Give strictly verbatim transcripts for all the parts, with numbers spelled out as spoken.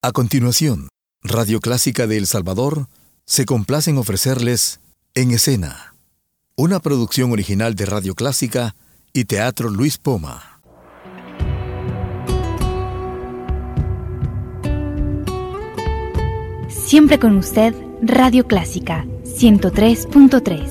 A continuación, Radio Clásica de El Salvador se complace en ofrecerles En Escena, una producción original de Radio Clásica y Teatro Luis Poma. Siempre con usted, Radio Clásica ciento tres punto tres.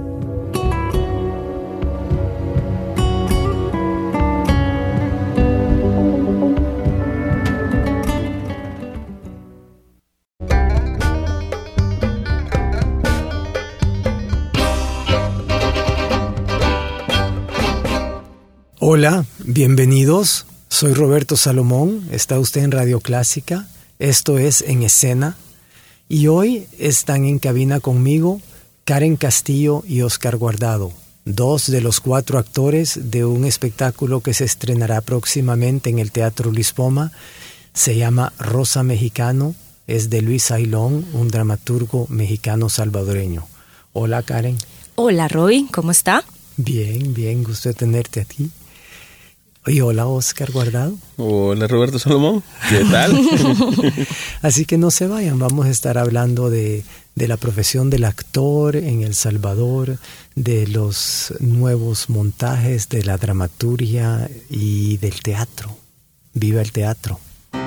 Hola, bienvenidos. Soy Roberto Salomón. Está usted en Radio Clásica. Esto es En Escena. Y hoy están en cabina conmigo Karen Castillo y Oscar Guardado, dos de los cuatro actores de un espectáculo que se estrenará próximamente en el Teatro Luis Poma. Se llama Rosa Mexicano. Es de Luis Ailón, un dramaturgo mexicano salvadoreño. Hola, Karen. Hola, Roy. ¿Cómo está? Bien, bien. Gusto de tenerte aquí. Y hola, Oscar Guardado. Hola, Roberto Salomón. ¿Qué tal? Así que no se vayan, vamos a estar hablando de, de la profesión del actor en El Salvador, de los nuevos montajes, de la dramaturgia y del teatro. ¡Viva el teatro!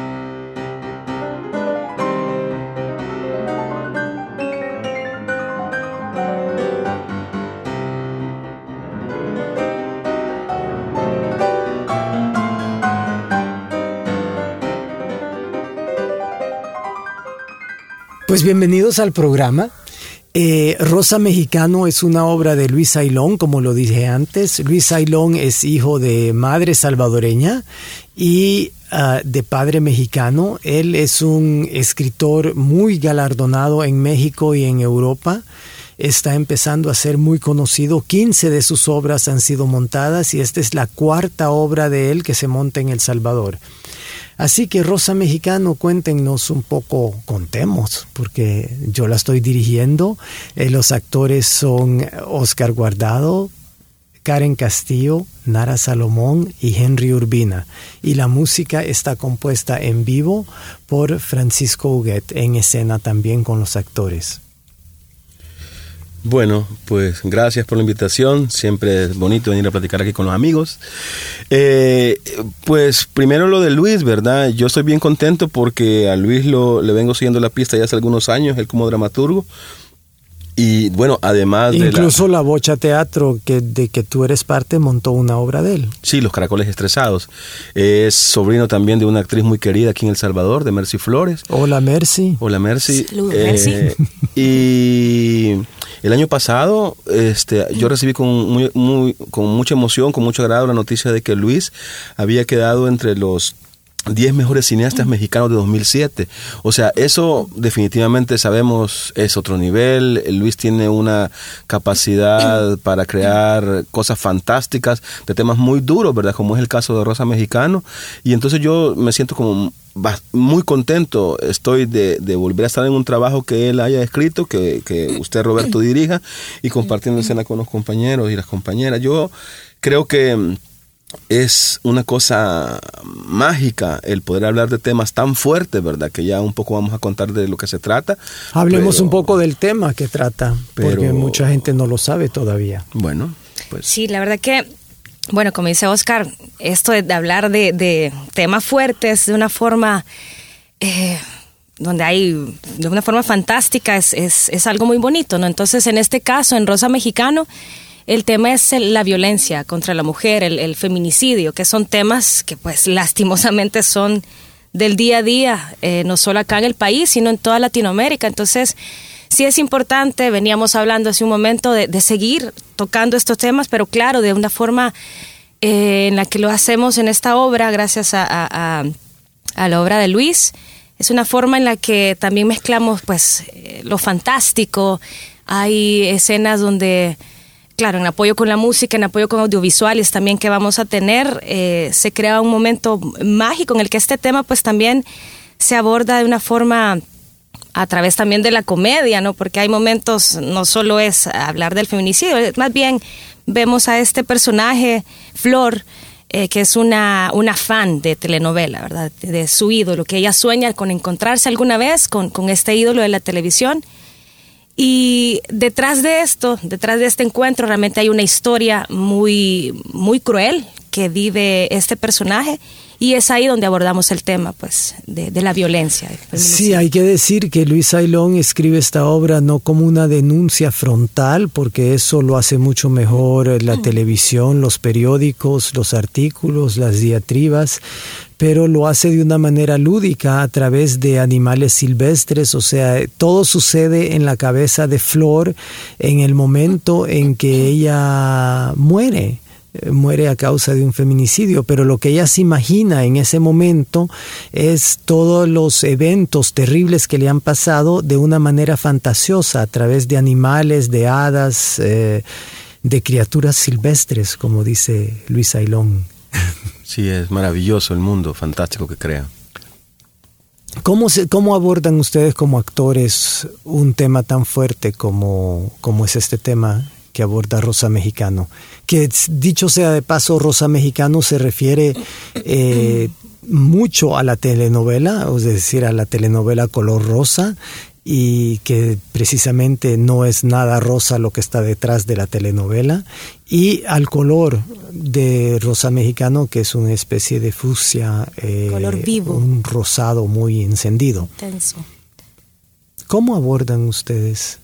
Pues bienvenidos al programa. Eh, Rosa Mexicano es una obra de Luis Ailón, como lo dije antes. Luis Ailón es hijo de madre salvadoreña y uh, de padre mexicano. Él es un escritor muy galardonado en México y en Europa. Está empezando a ser muy conocido. quince de sus obras han sido montadas y esta es la cuarta obra de él que se monta en El Salvador. Así que Rosa Mexicano, cuéntenos un poco, contemos, porque yo la estoy dirigiendo. Eh, los actores son Oscar Guardado, Karen Castillo, Nara Salomón y Henry Urbina. Y la música está compuesta en vivo por Francisco Huguet, en escena también con los actores. Bueno, pues gracias por la invitación. Siempre es bonito venir a platicar aquí con los amigos. Eh, pues primero lo de Luis, ¿verdad? Yo estoy bien contento porque a Luis lo, le vengo siguiendo la pista ya hace algunos años, él como dramaturgo. Y bueno, además de incluso la, la Bocha Teatro, que de que tú eres parte, montó una obra de él. Sí, Los Caracoles Estresados. Es sobrino también de una actriz muy querida aquí en El Salvador, de Mercy Flores. Hola, Mercy. Hola, Mercy. Salud, eh, Mercy. Y el año pasado este, yo recibí con, muy, muy, con mucha emoción, con mucho agrado la noticia de que Luis había quedado entre los diez mejores cineastas mexicanos de dos mil siete. O sea, eso definitivamente sabemos es otro nivel. Luis tiene una capacidad para crear cosas fantásticas de temas muy duros, ¿verdad? Como es el caso de Rosa Mexicano. Y entonces yo me siento como muy contento. Estoy de, de volver a estar en un trabajo que él haya escrito, que, que usted, Roberto, dirija y compartiendo escena con los compañeros y las compañeras. Yo creo que es una cosa mágica el poder hablar de temas tan fuertes, ¿verdad? Que ya un poco vamos a contar de lo que se trata. Hablemos pero, un poco del tema que trata, porque pero, mucha gente no lo sabe todavía. Bueno, pues... Sí, la verdad que, bueno, como dice Oscar, esto de hablar de, de temas fuertes de una forma... Eh, donde hay, de una forma fantástica, es, es, es algo muy bonito, ¿no? Entonces, en este caso, en Rosa Mexicano, el tema es la violencia contra la mujer, el, el feminicidio, que son temas que pues lastimosamente son del día a día, eh, no solo acá en el país, sino en toda Latinoamérica. Entonces, sí es importante, veníamos hablando hace un momento, de, de seguir tocando estos temas, pero claro, de una forma eh, en la que lo hacemos en esta obra, gracias a, a, a, a la obra de Luis. Es una forma en la que también mezclamos pues eh, lo fantástico. Hay escenas donde... Claro, en apoyo con la música, en apoyo con audiovisuales también que vamos a tener, eh, se crea un momento mágico en el que este tema pues también se aborda de una forma a través también de la comedia, ¿no? Porque hay momentos, no solo es hablar del feminicidio, más bien vemos a este personaje, Flor, eh, que es una, una fan de telenovela, ¿verdad? De, de su ídolo, que ella sueña con encontrarse alguna vez con, con este ídolo de la televisión. Y detrás de esto, detrás de este encuentro, realmente hay una historia muy, muy cruel que vive este personaje. Y es ahí donde abordamos el tema, pues, de, de la violencia. Sí, hay que decir que Luis Aylón escribe esta obra no como una denuncia frontal, porque eso lo hace mucho mejor la mm. televisión, los periódicos, los artículos, las diatribas, pero lo hace de una manera lúdica a través de animales silvestres, o sea, todo sucede en la cabeza de Flor en el momento en que ella muere. muere a causa de un feminicidio, pero lo que ella se imagina en ese momento es todos los eventos terribles que le han pasado de una manera fantasiosa a través de animales, de hadas, eh, de criaturas silvestres, como dice Luis Aylón. Sí, es maravilloso el mundo fantástico que crea. ¿Cómo, se, ¿Cómo abordan ustedes como actores un tema tan fuerte como, como es este tema que aborda Rosa Mexicano? Que dicho sea de paso, Rosa Mexicano se refiere eh, mucho a la telenovela, es decir, a la telenovela color rosa, y que precisamente no es nada rosa lo que está detrás de la telenovela, y al color de Rosa Mexicano, que es una especie de fucsia, eh, color vivo, un rosado muy encendido. Intenso. ¿Cómo abordan ustedes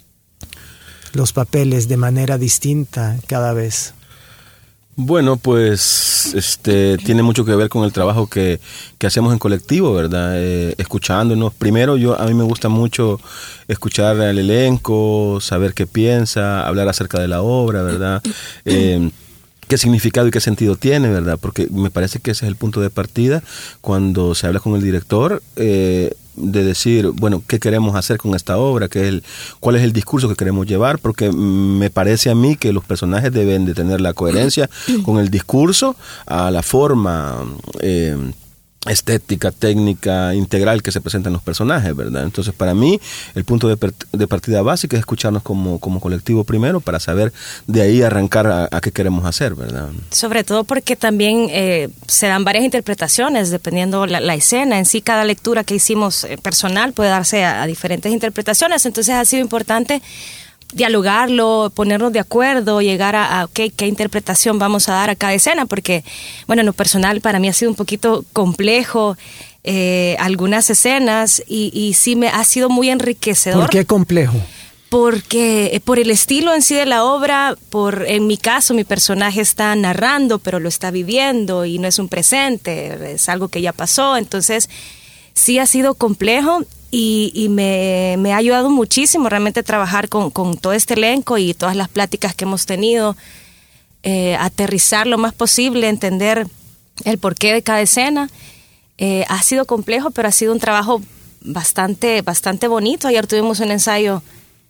los papeles de manera distinta cada vez? Bueno, pues este tiene mucho que ver con el trabajo que, que hacemos en colectivo, ¿verdad? Eh, escuchándonos. Primero, yo a mí me gusta mucho escuchar al elenco, saber qué piensa, hablar acerca de la obra, ¿verdad? Eh, qué significado y qué sentido tiene, ¿verdad? Porque me parece que ese es el punto de partida cuando se habla con el director, eh, de decir, bueno, ¿qué queremos hacer con esta obra? ¿Qué es el, ¿Cuál es el discurso que queremos llevar? Porque me parece a mí que los personajes deben de tener la coherencia con el discurso, a la forma eh, estética, técnica, integral que se presentan los personajes, ¿verdad? Entonces, para mí, el punto de, per- de partida básica es escucharnos como, como colectivo primero para saber de ahí arrancar a, a qué queremos hacer, ¿verdad? Sobre todo porque también eh, se dan varias interpretaciones dependiendo la, la escena. En sí, cada lectura que hicimos eh, personal puede darse a, a diferentes interpretaciones. Entonces, ha sido importante dialogarlo, ponernos de acuerdo, llegar a, a okay, qué interpretación vamos a dar a cada escena, porque, bueno, en lo personal para mí ha sido un poquito complejo eh, algunas escenas y, y sí me ha sido muy enriquecedor. ¿Por qué complejo? Porque eh, por el estilo en sí de la obra, por en mi caso mi personaje está narrando, pero lo está viviendo y no es un presente, es algo que ya pasó, entonces sí ha sido complejo. Y, y me, me ha ayudado muchísimo realmente trabajar con, con todo este elenco y todas las pláticas que hemos tenido, eh, aterrizar lo más posible, entender el porqué de cada escena. Eh, ha sido complejo, pero ha sido un trabajo bastante, bastante bonito. Ayer tuvimos un ensayo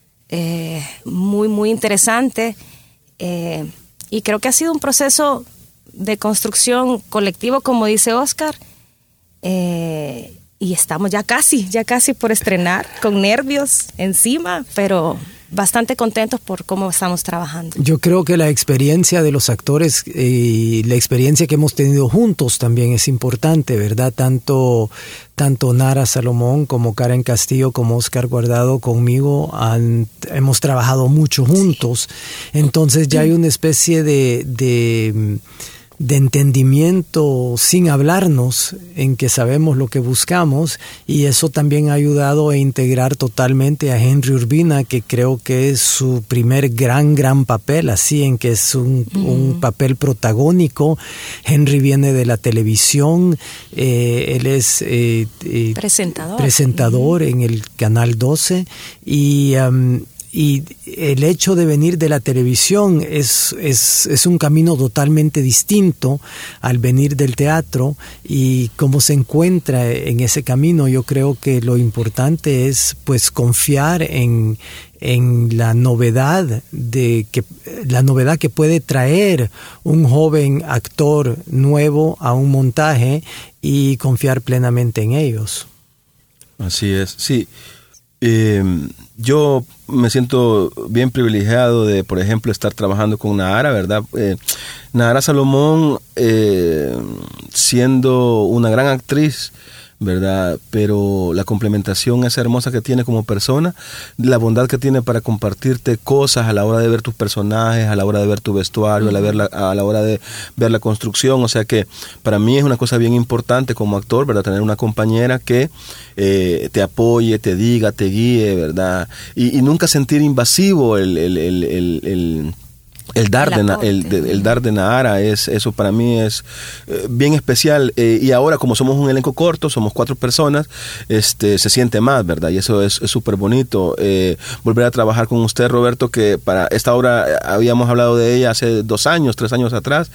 eh, muy, muy interesante eh, y creo que ha sido un proceso de construcción colectivo, como dice Oscar, eh, y estamos ya casi, ya casi por estrenar, con nervios encima, pero bastante contentos por cómo estamos trabajando. Yo creo que la experiencia de los actores y la experiencia que hemos tenido juntos también es importante, ¿verdad? Tanto, tanto Nara Salomón como Karen Castillo como Oscar Guardado conmigo han, hemos trabajado mucho juntos. Entonces ya hay una especie de... de de entendimiento sin hablarnos, en que sabemos lo que buscamos, y eso también ha ayudado a integrar totalmente a Henry Urbina, que creo que es su primer gran, gran papel, así en que es un, mm. un papel protagónico. Henry viene de la televisión, eh, él es eh, eh, presentador, presentador mm. en el Canal doce, y... Um, Y el hecho de venir de la televisión es, es, es un camino totalmente distinto al venir del teatro, y cómo se encuentra en ese camino. Yo creo que lo importante es pues confiar en, en la novedad de que la novedad que puede traer un joven actor nuevo a un montaje y confiar plenamente en ellos. Así es, sí. Eh, yo me siento bien privilegiado de, por ejemplo, estar trabajando con Nahara, ¿verdad? Eh, Nahara Salomón, eh, siendo una gran actriz, ¿verdad? Pero la complementación esa hermosa que tiene como persona, la bondad que tiene para compartirte cosas a la hora de ver tus personajes, a la hora de ver tu vestuario, uh-huh. a, la ver la, a la hora de ver la construcción. O sea que para mí es una cosa bien importante como actor, ¿verdad? Tener una compañera que eh, te apoye, te diga, te guíe, ¿verdad? Y, y nunca sentir invasivo el... el, el, el, el El dar, el, de, el, de, el dar de Nahara, es, eso para mí es eh, bien especial. Eh, y ahora, como somos un elenco corto, somos cuatro personas, este, se siente más, ¿verdad? Y eso es súper bonito. Eh, volver a trabajar con usted, Roberto, que para esta obra habíamos hablado de ella hace dos años, tres años atrás,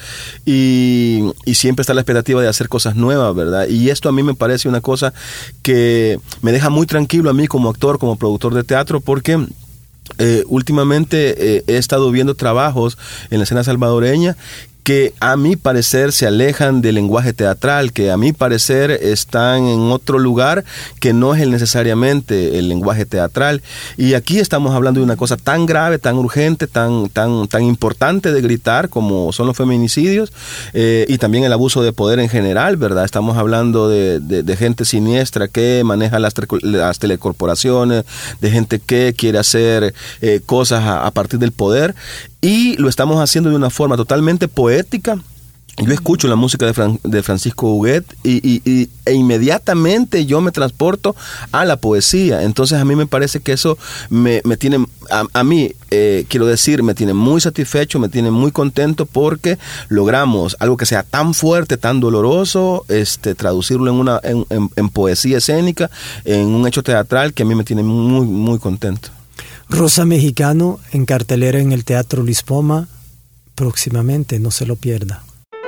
y, y siempre está la expectativa de hacer cosas nuevas, ¿verdad? Y esto a mí me parece una cosa que me deja muy tranquilo a mí como actor, como productor de teatro, porque... Eh, últimamente eh, he estado viendo trabajos en la escena salvadoreña que a mi parecer se alejan del lenguaje teatral, que a mi parecer están en otro lugar que no es el necesariamente el lenguaje teatral. Y aquí estamos hablando de una cosa tan grave, tan urgente, tan, tan, tan importante de gritar como son los feminicidios, eh, y también el abuso de poder en general, ¿verdad? Estamos hablando de, de, de gente siniestra que maneja las, las telecorporaciones, de gente que quiere hacer eh, cosas a, a partir del poder. Y lo estamos haciendo de una forma totalmente poética. Yo escucho la música de, Fran, de Francisco Huguet y, y, y, e inmediatamente yo me transporto a la poesía. Entonces a mí me parece que eso me, me tiene, a, a mí, eh, quiero decir, me tiene muy satisfecho, me tiene muy contento porque logramos algo que sea tan fuerte, tan doloroso, este, traducirlo en, una, en, en, en poesía escénica, en un hecho teatral que a mí me tiene muy, muy contento. Rosa Mexicano en cartelera en el Teatro Luis Poma próximamente, no se lo pierda.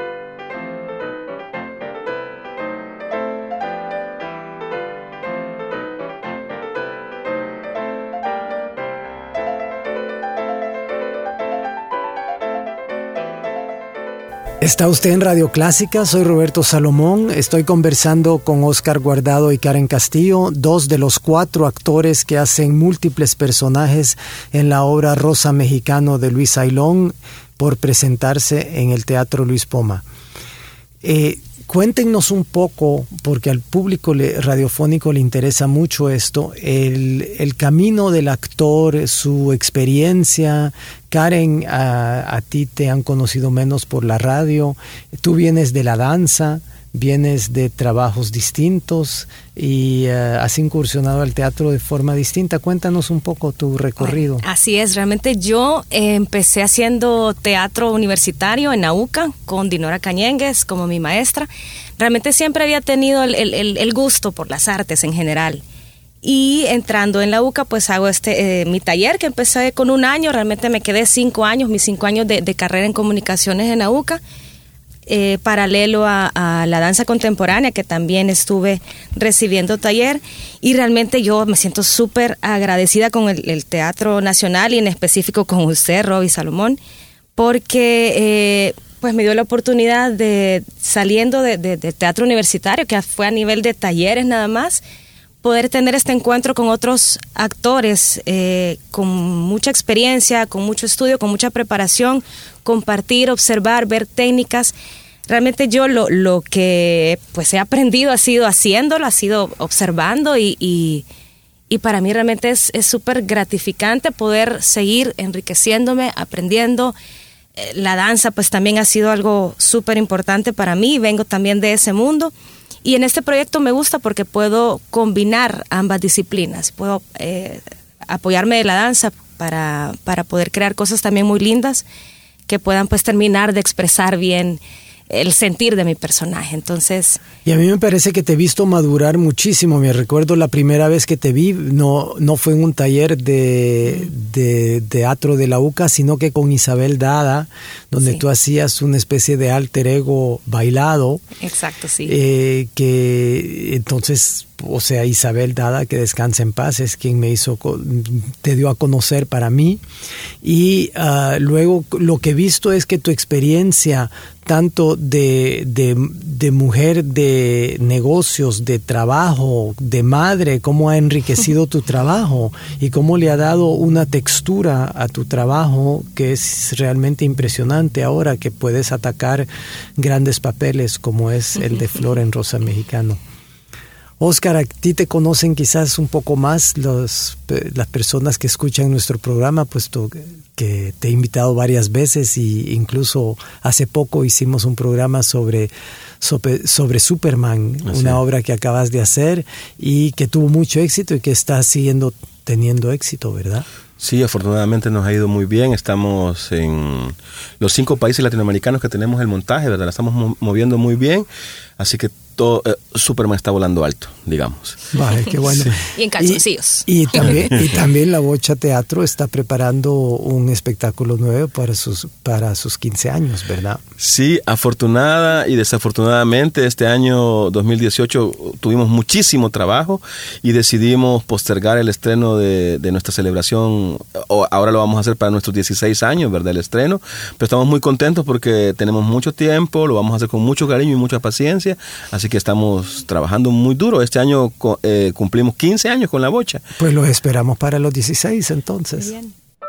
Está usted en Radio Clásica, soy Roberto Salomón, estoy conversando con Óscar Guardado y Karen Castillo, dos de los cuatro actores que hacen múltiples personajes en la obra Rosa Mexicano de Luis Ailón por presentarse en el Teatro Luis Poma. Eh, cuéntenos un poco, porque al público le, radiofónico le interesa mucho esto, el, el camino del actor, su experiencia. Karen, a, a ti te han conocido menos por la radio, tú vienes de la danza, vienes de trabajos distintos y uh, has incursionado al teatro de forma distinta. Cuéntanos un poco tu recorrido. Bueno, así es, realmente yo eh, empecé haciendo teatro universitario en Nauca con Dinora Cañengues como mi maestra. Realmente siempre había tenido el, el, el gusto por las artes en general. Y entrando en la U C A, pues hago este eh, mi taller que empecé con un año, realmente me quedé cinco años, mis cinco años de, de carrera en comunicaciones en la U C A. Eh, paralelo a, a la danza contemporánea, que también estuve recibiendo taller, y realmente yo me siento súper agradecida con el, el Teatro Nacional y en específico con usted, Roby Salomón, porque eh, pues me dio la oportunidad de, saliendo de, de, de teatro universitario, que fue a nivel de talleres nada más, poder tener este encuentro con otros actores eh, con mucha experiencia, con mucho estudio, con mucha preparación, compartir, observar, ver técnicas. Realmente yo lo, lo que pues he aprendido ha sido haciéndolo, ha sido observando y, y, y para mí realmente es súper gratificante poder seguir enriqueciéndome, aprendiendo. Eh, la danza pues también ha sido algo súper importante para mí, vengo también de ese mundo. Y en este proyecto me gusta porque puedo combinar ambas disciplinas. Puedo eh, apoyarme de la danza para, para poder crear cosas también muy lindas que puedan pues terminar de expresar bien el sentir de mi personaje. Entonces... Y a mí me parece que te he visto madurar muchísimo. Me recuerdo la primera vez que te vi, no, no fue en un taller de, de, de teatro de la U C A, sino que con Isabel Dada, donde sí. tú hacías una especie de alter ego bailado. Exacto, sí. Eh, que entonces o sea, Isabel Dada, que descansa en paz, es quien me hizo, te dio a conocer para mí. Y uh, luego lo que he visto es que tu experiencia, tanto de, de, de mujer de negocios, de trabajo, de madre, cómo ha enriquecido tu trabajo y cómo le ha dado una textura a tu trabajo que es realmente impresionante ahora que puedes atacar grandes papeles como es el de Flor en Rosa Mexicano. Óscar, a ti te conocen quizás un poco más los, las personas que escuchan nuestro programa, puesto que te he invitado varias veces y incluso hace poco hicimos un programa sobre, sobre, sobre Superman, Así una es. obra que acabas de hacer y que tuvo mucho éxito y que está siguiendo teniendo éxito, ¿verdad? Sí, afortunadamente nos ha ido muy bien. Estamos en los cinco países latinoamericanos que tenemos el montaje, ¿verdad? La estamos moviendo muy bien, así que todo, eh, Superman está volando alto, digamos. Vale, qué bueno. Sí. Y en calzoncillos. Y, y, también, y también la Bocha Teatro está preparando un espectáculo nuevo para sus, para sus quince años, ¿verdad? Sí, afortunada y desafortunadamente este año dos mil dieciocho tuvimos muchísimo trabajo y decidimos postergar el estreno de, de nuestra celebración. O ahora lo vamos a hacer para nuestros dieciséis años, ¿verdad? El estreno. Pero estamos muy contentos porque tenemos mucho tiempo, lo vamos a hacer con mucho cariño y mucha paciencia. Así que estamos trabajando muy duro. Este año eh, cumplimos quince años con la Bocha. Pues los esperamos para los dieciséis entonces. Muy bien.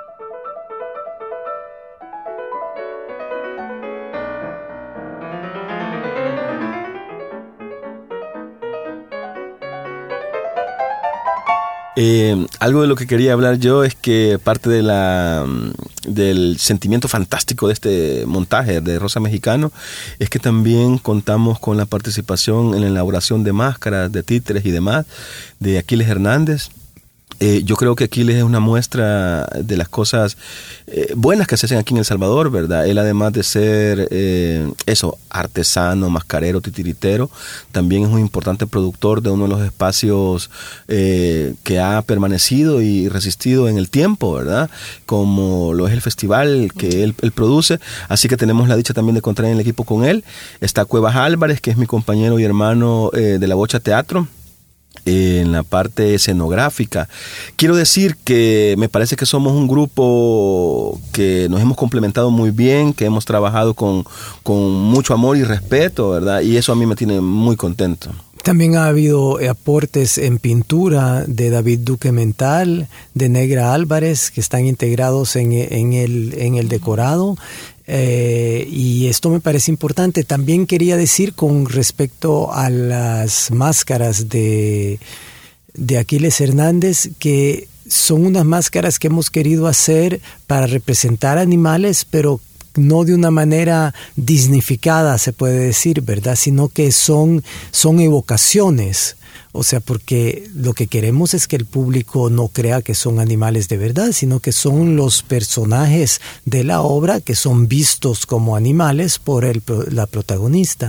Eh, algo de lo que quería hablar yo es que parte de la del sentimiento fantástico de este montaje de Rosa Mexicano es que también contamos con la participación en la elaboración de máscaras, de títeres y demás de Aquiles Hernández. Eh, yo creo que Aquiles es una muestra de las cosas eh, buenas que se hacen aquí en El Salvador, ¿verdad? Él, además de ser eh, eso, artesano, mascarero, titiritero, también es un importante productor de uno de los espacios eh, que ha permanecido y resistido en el tiempo, ¿verdad? Como lo es el festival que él, él produce. Así que tenemos la dicha también de contar en el equipo con él. Está Cuevas Álvarez, que es mi compañero y hermano eh, de la Bocha Teatro, en la parte escenográfica. Quiero decir que me parece que somos un grupo que nos hemos complementado muy bien, que hemos trabajado con, con mucho amor y respeto, ¿verdad? Y eso a mí me tiene muy contento. También ha habido aportes en pintura de David Duque Mental, de Negra Álvarez, que están integrados en, en, el, en el decorado. Eh, y esto me parece importante. También quería decir con respecto a las máscaras de, de Aquiles Hernández que son unas máscaras que hemos querido hacer para representar animales, pero no de una manera disnificada, se puede decir, ¿verdad? Sino que son, son evocaciones. O sea, porque lo que queremos es que el público no crea que son animales de verdad, sino que son los personajes de la obra que son vistos como animales por el, la protagonista.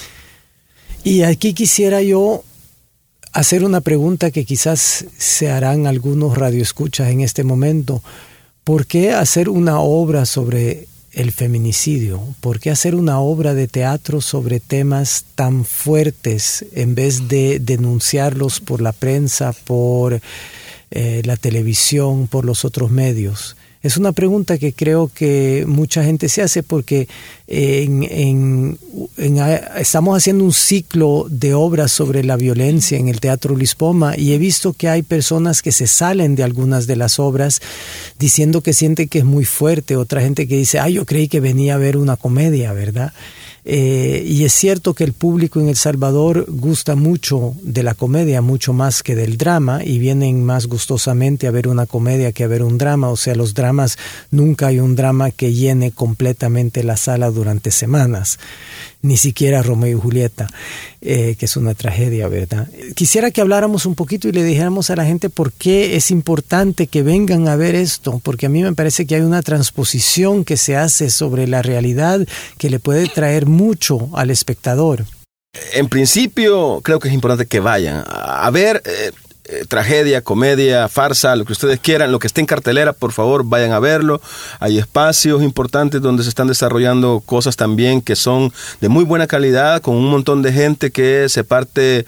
Y aquí quisiera yo hacer una pregunta que quizás se harán algunos radioescuchas en este momento. ¿Por qué hacer una obra sobre el feminicidio? ¿Por qué hacer una obra de teatro sobre temas tan fuertes en vez de denunciarlos por la prensa, por eh, la televisión, por los otros medios? Es una pregunta que creo que mucha gente se hace porque en, en, en, estamos haciendo un ciclo de obras sobre la violencia en el Teatro Luis Poma y he visto que hay personas que se salen de algunas de las obras diciendo que sienten que es muy fuerte, otra gente que dice, ay, yo creí que venía a ver una comedia, ¿verdad? Eh, y es cierto que el público en El Salvador gusta mucho de la comedia, mucho más que del drama, y vienen más gustosamente a ver una comedia que a ver un drama. O sea, los dramas, nunca hay un drama que llene completamente la sala durante semanas, ni siquiera Romeo y Julieta, eh, que es una tragedia, ¿verdad? Quisiera que habláramos un poquito y le dijéramos a la gente por qué es importante que vengan a ver esto, porque a mí me parece que hay una transposición que se hace sobre la realidad que le puede traer mucho al espectador. En principio, creo que es importante que vayan a ver. Eh, eh, tragedia, comedia, farsa, lo que ustedes quieran, lo que esté en cartelera, por favor, vayan a verlo. Hay espacios importantes donde se están desarrollando cosas también que son de muy buena calidad, con un montón de gente que se parte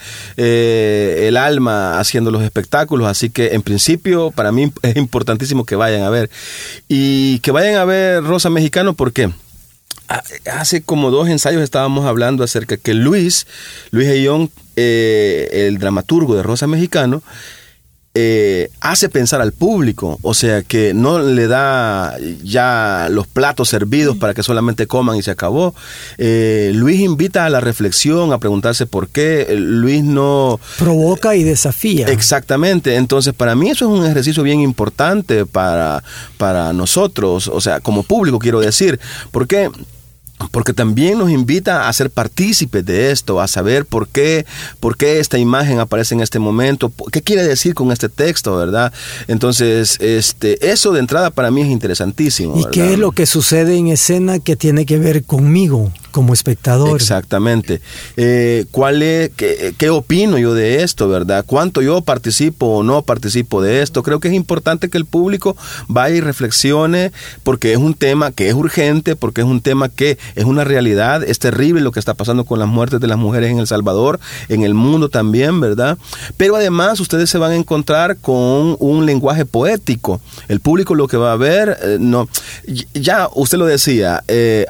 eh, el alma haciendo los espectáculos, así que en principio para mí es importantísimo que vayan a ver. Y que vayan a ver Rosa Mexicano, ¿por qué? Hace como dos ensayos estábamos hablando acerca que Luis, Luis Ayllón, eh, el dramaturgo de Rosa Mexicano, eh, hace pensar al público, o sea que no le da ya los platos servidos para que solamente coman y se acabó. Eh, Luis invita a la reflexión, a preguntarse por qué. Luis no... provoca y desafía. Exactamente, entonces para mí eso es un ejercicio bien importante para, para nosotros, o sea, como público quiero decir, porque... porque también nos invita a ser partícipes de esto, a saber por qué, por qué esta imagen aparece en este momento, qué quiere decir con este texto, ¿verdad? Entonces, este, eso de entrada para mí es interesantísimo. ¿Y ¿verdad? qué es lo que sucede en escena que tiene que ver conmigo como espectador? Exactamente. Eh, ¿cuál es, qué, qué opino yo de esto, verdad? ¿Cuánto yo participo o no participo de esto? Creo que es importante que el público vaya y reflexione, porque es un tema que es urgente, porque es un tema que es una realidad, es terrible lo que está pasando con las muertes de las mujeres en El Salvador, en el mundo también, ¿verdad? Pero además ustedes se van a encontrar con un lenguaje poético. El público lo que va a ver, eh, no, ya usted lo decía, eh,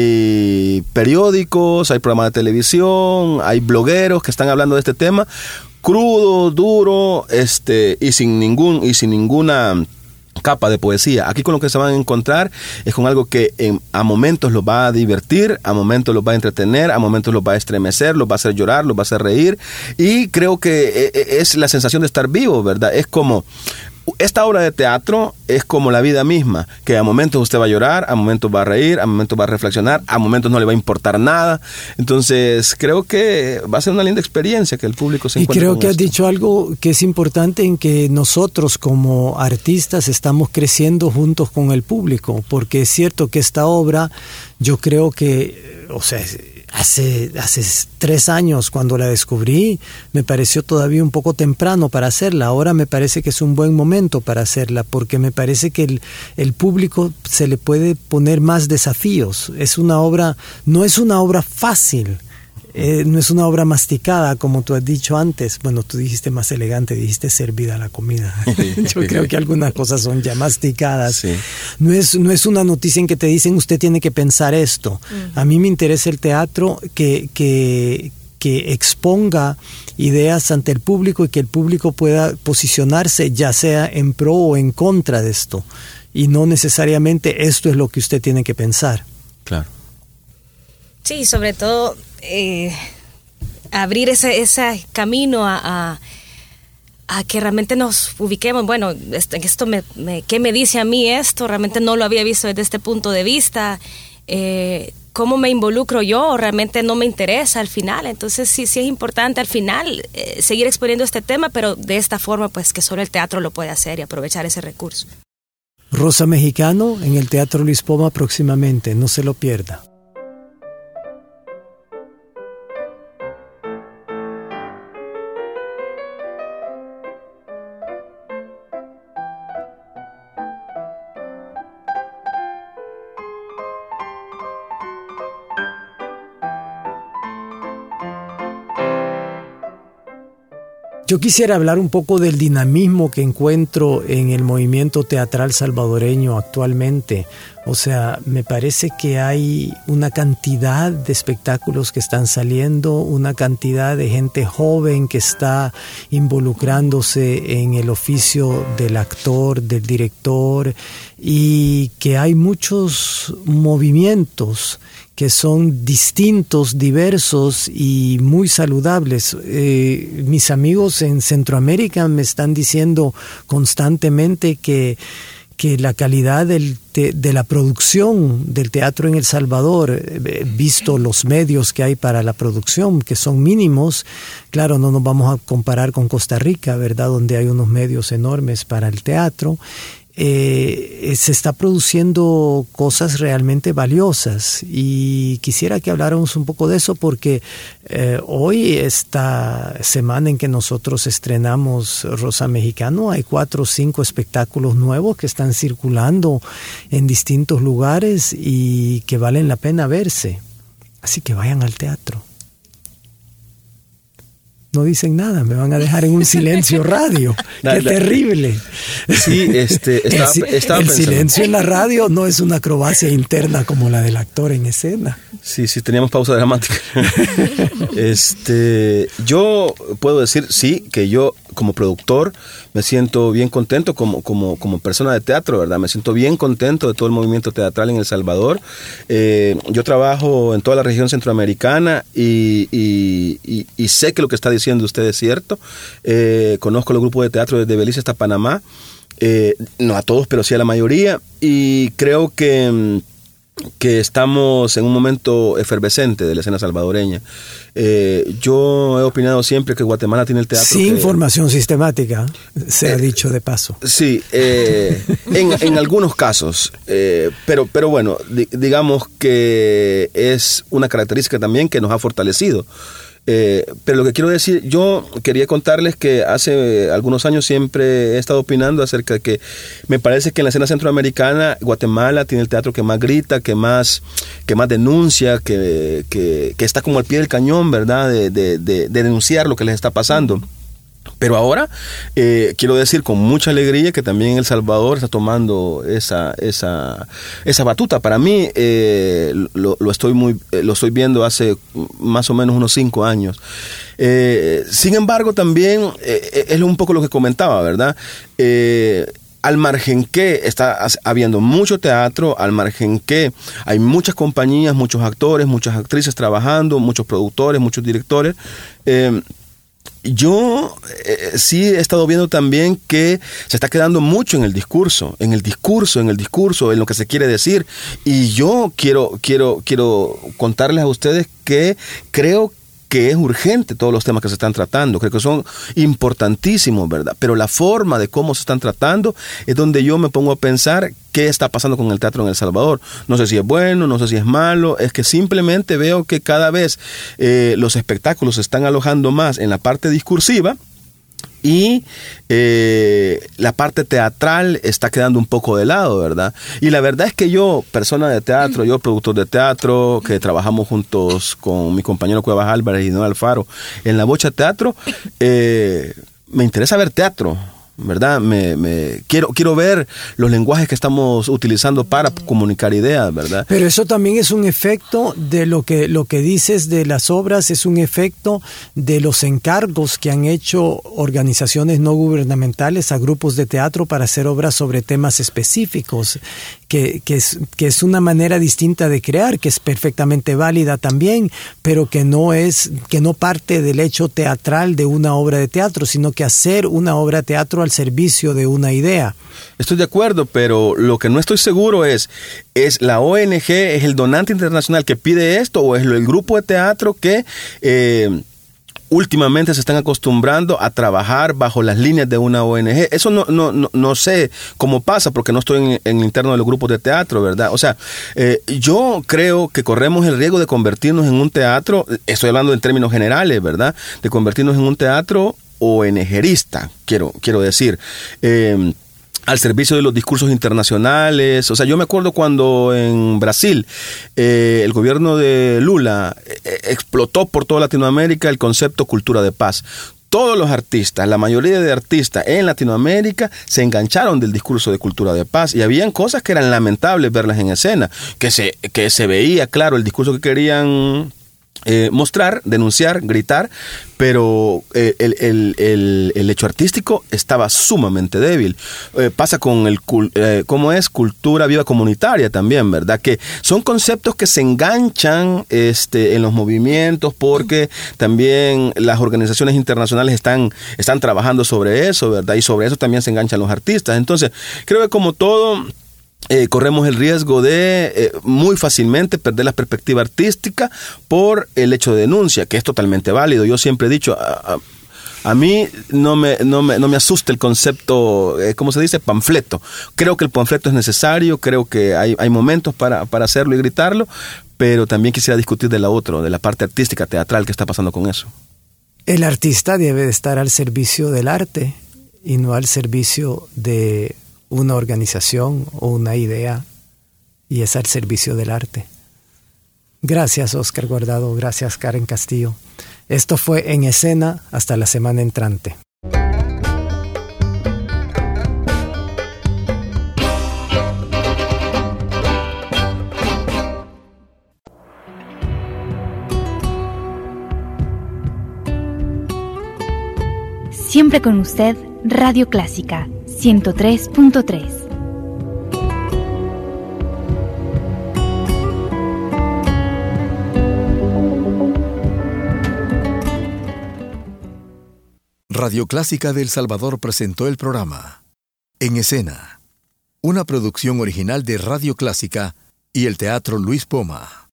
hay periódicos, hay programas de televisión, hay blogueros que están hablando de este tema, crudo, duro, este, y sin ningún, y sin ninguna capa de poesía. Aquí con lo que se van a encontrar es con algo que en, a momentos los va a divertir, a momentos los va a entretener, a momentos los va a estremecer, los va a hacer llorar, los va a hacer reír, y creo que es la sensación de estar vivo, ¿verdad? Es como... esta obra de teatro es como la vida misma, que a momentos usted va a llorar, a momentos va a reír, a momentos va a reflexionar, a momentos no le va a importar nada. Entonces creo que va a ser una linda experiencia que el público se encuentre. Y creo con que esto. has dicho algo que es importante, en que nosotros como artistas estamos creciendo juntos con el público, porque es cierto que esta obra, yo creo que, o sea, Hace, hace tres años cuando la descubrí me pareció todavía un poco temprano para hacerla. Ahora me parece que es un buen momento para hacerla, porque me parece que el, el público se le puede poner más desafíos. Es una obra, no es una obra fácil. Eh, no es una obra masticada, como tú has dicho antes. Bueno, tú dijiste más elegante, dijiste servida la comida. Yo creo que algunas cosas son ya masticadas. Sí. No es, no es una noticia en que te dicen usted tiene que pensar esto. Uh-huh. A mí me interesa el teatro que, que, que exponga ideas ante el público y que el público pueda posicionarse ya sea en pro o en contra de esto. Y no necesariamente esto es lo que usted tiene que pensar. Claro. Sí, sobre todo eh, abrir ese, ese camino a, a, a que realmente nos ubiquemos. Bueno, esto, esto me, me, ¿qué me dice a mí esto? Realmente no lo había visto desde este punto de vista. Eh, ¿Cómo me involucro yo? Realmente no me interesa al final. Entonces sí, sí es importante al final eh, seguir exponiendo este tema, pero de esta forma pues que solo el teatro lo puede hacer y aprovechar ese recurso. Rosa Mexicano en el Teatro Luis Poma próximamente, no se lo pierda. Yo quisiera hablar un poco del dinamismo que encuentro en el movimiento teatral salvadoreño actualmente. O sea, me parece que hay una cantidad de espectáculos que están saliendo, una cantidad de gente joven que está involucrándose en el oficio del actor, del director, y que hay muchos movimientos que son distintos, diversos y muy saludables. Eh, mis amigos en Centroamérica me están diciendo constantemente que, que la calidad del te, de la producción del teatro en El Salvador, eh, visto los medios que hay para la producción, que son mínimos, claro, no nos vamos a comparar con Costa Rica, ¿verdad?, donde hay unos medios enormes para el teatro. eh, se está produciendo cosas realmente valiosas, y quisiera que habláramos un poco de eso porque eh, hoy, esta semana en que nosotros estrenamos Rosa Mexicano, hay cuatro o cinco espectáculos nuevos que están circulando en distintos lugares y que valen la pena verse, así que vayan al teatro. No dicen nada, me van a dejar en un silencio radio. ¡Qué terrible! Sí, este, estaba, el, estaba el pensando. silencio en la radio no es una acrobacia interna como la del actor en escena. Sí, sí, teníamos pausa dramática. este, yo puedo decir, sí, que yo como productor me siento bien contento, como, como, como persona de teatro, ¿verdad? Me siento bien contento de todo el movimiento teatral en El Salvador. Eh, yo trabajo en toda la región centroamericana y, y, y, y sé que lo que está diciendo usted es cierto. Eh, conozco los grupos de teatro desde Belice hasta Panamá, eh, no a todos, pero sí a la mayoría, y creo que... que estamos en un momento efervescente de la escena salvadoreña. Eh, yo he opinado siempre que Guatemala tiene el teatro... Sin que, formación sistemática, se eh, ha dicho de paso. Sí, eh, en, en algunos casos, eh, pero, pero bueno, di, digamos que es una característica también que nos ha fortalecido. Eh, pero lo que quiero decir, yo quería contarles que hace algunos años siempre he estado opinando acerca de que me parece que en la escena centroamericana Guatemala tiene el teatro que más grita, que más, que más denuncia, que, que, que está como al pie del cañón, ¿verdad? De, de, de, de denunciar lo que les está pasando. Pero ahora eh, quiero decir con mucha alegría que también El Salvador está tomando esa esa esa batuta. Para mí eh, lo, lo estoy muy lo estoy viendo hace más o menos unos cinco años. Eh, sin embargo, también eh, es un poco lo que comentaba, ¿verdad? Eh, Al margen que está habiendo mucho teatro, al margen que hay muchas compañías, muchos actores, muchas actrices trabajando, muchos productores, muchos directores. Eh, Yo eh, sí he estado viendo también que se está quedando mucho en el discurso, en el discurso, en el discurso, en lo que se quiere decir. Y yo quiero, quiero, quiero contarles a ustedes que creo que que es urgente todos los temas que se están tratando, creo que son importantísimos, ¿verdad? Pero la forma de cómo se están tratando es donde yo me pongo a pensar qué está pasando con el teatro en El Salvador. No sé si es bueno, no sé si es malo, es que simplemente veo que cada vez eh, los espectáculos se están alojando más en la parte discursiva, y eh, la parte teatral está quedando un poco de lado, ¿verdad? Y la verdad es que yo, persona de teatro, yo productor de teatro, que trabajamos juntos con mi compañero Cuevas Álvarez y Noel Alfaro en La Bocha Teatro, eh, me interesa ver teatro, ¿verdad? Me, me quiero quiero ver los lenguajes que estamos utilizando para comunicar ideas, ¿verdad? Pero eso también es un efecto de lo que lo que dices de las obras, es un efecto de los encargos que han hecho organizaciones no gubernamentales a grupos de teatro para hacer obras sobre temas específicos, que, que, es, que es una manera distinta de crear, que es perfectamente válida también, pero que no es, que no parte del hecho teatral de una obra de teatro, sino que hacer una obra de teatro al servicio de una idea. Estoy de acuerdo, pero lo que no estoy seguro es, ¿es la O N G, es el donante internacional que pide esto, o es el grupo de teatro que eh, últimamente se están acostumbrando a trabajar bajo las líneas de una O N G? Eso no, no, no, no sé cómo pasa, porque no estoy en, en el interno de los grupos de teatro, ¿verdad? O sea, eh, yo creo que corremos el riesgo de convertirnos en un teatro, estoy hablando en términos generales, ¿verdad? De convertirnos en un teatro ONGerista, quiero, quiero decir, eh, al servicio de los discursos internacionales. O sea, yo me acuerdo cuando en Brasil eh, el gobierno de Lula eh, explotó por toda Latinoamérica el concepto cultura de paz. Todos los artistas, la mayoría de artistas en Latinoamérica se engancharon del discurso de cultura de paz, y habían cosas que eran lamentables verlas en escena, que se, que se veía claro el discurso que querían Eh, mostrar, denunciar, gritar, pero eh, el, el, el, el hecho artístico estaba sumamente débil. Eh, pasa con el, eh, ¿cómo es? Cultura viva comunitaria también, ¿verdad? Que son conceptos que se enganchan este, en los movimientos, porque también las organizaciones internacionales están, están trabajando sobre eso, ¿verdad? Y sobre eso también se enganchan los artistas. Entonces, creo que como todo... Eh, corremos el riesgo de eh, muy fácilmente perder la perspectiva artística por el hecho de denuncia, que es totalmente válido. Yo siempre he dicho, a, a, A mí no me, no me, no me asusta el concepto, eh, ¿cómo se dice? Panfleto. Creo que el panfleto es necesario, creo que hay, hay momentos para, para hacerlo y gritarlo, pero también quisiera discutir de la otra, de la parte artística, teatral, que está pasando con eso. El artista debe de estar al servicio del arte y no al servicio de una organización o una idea, y es al servicio del arte. Gracias, Oscar Guardado. Gracias, Karen Castillo. Esto fue En Escena. Hasta la semana entrante. Siempre con usted, Radio Clásica ciento tres punto tres. Radio Clásica de El Salvador presentó el programa En Escena, una producción original de Radio Clásica y el Teatro Luis Poma.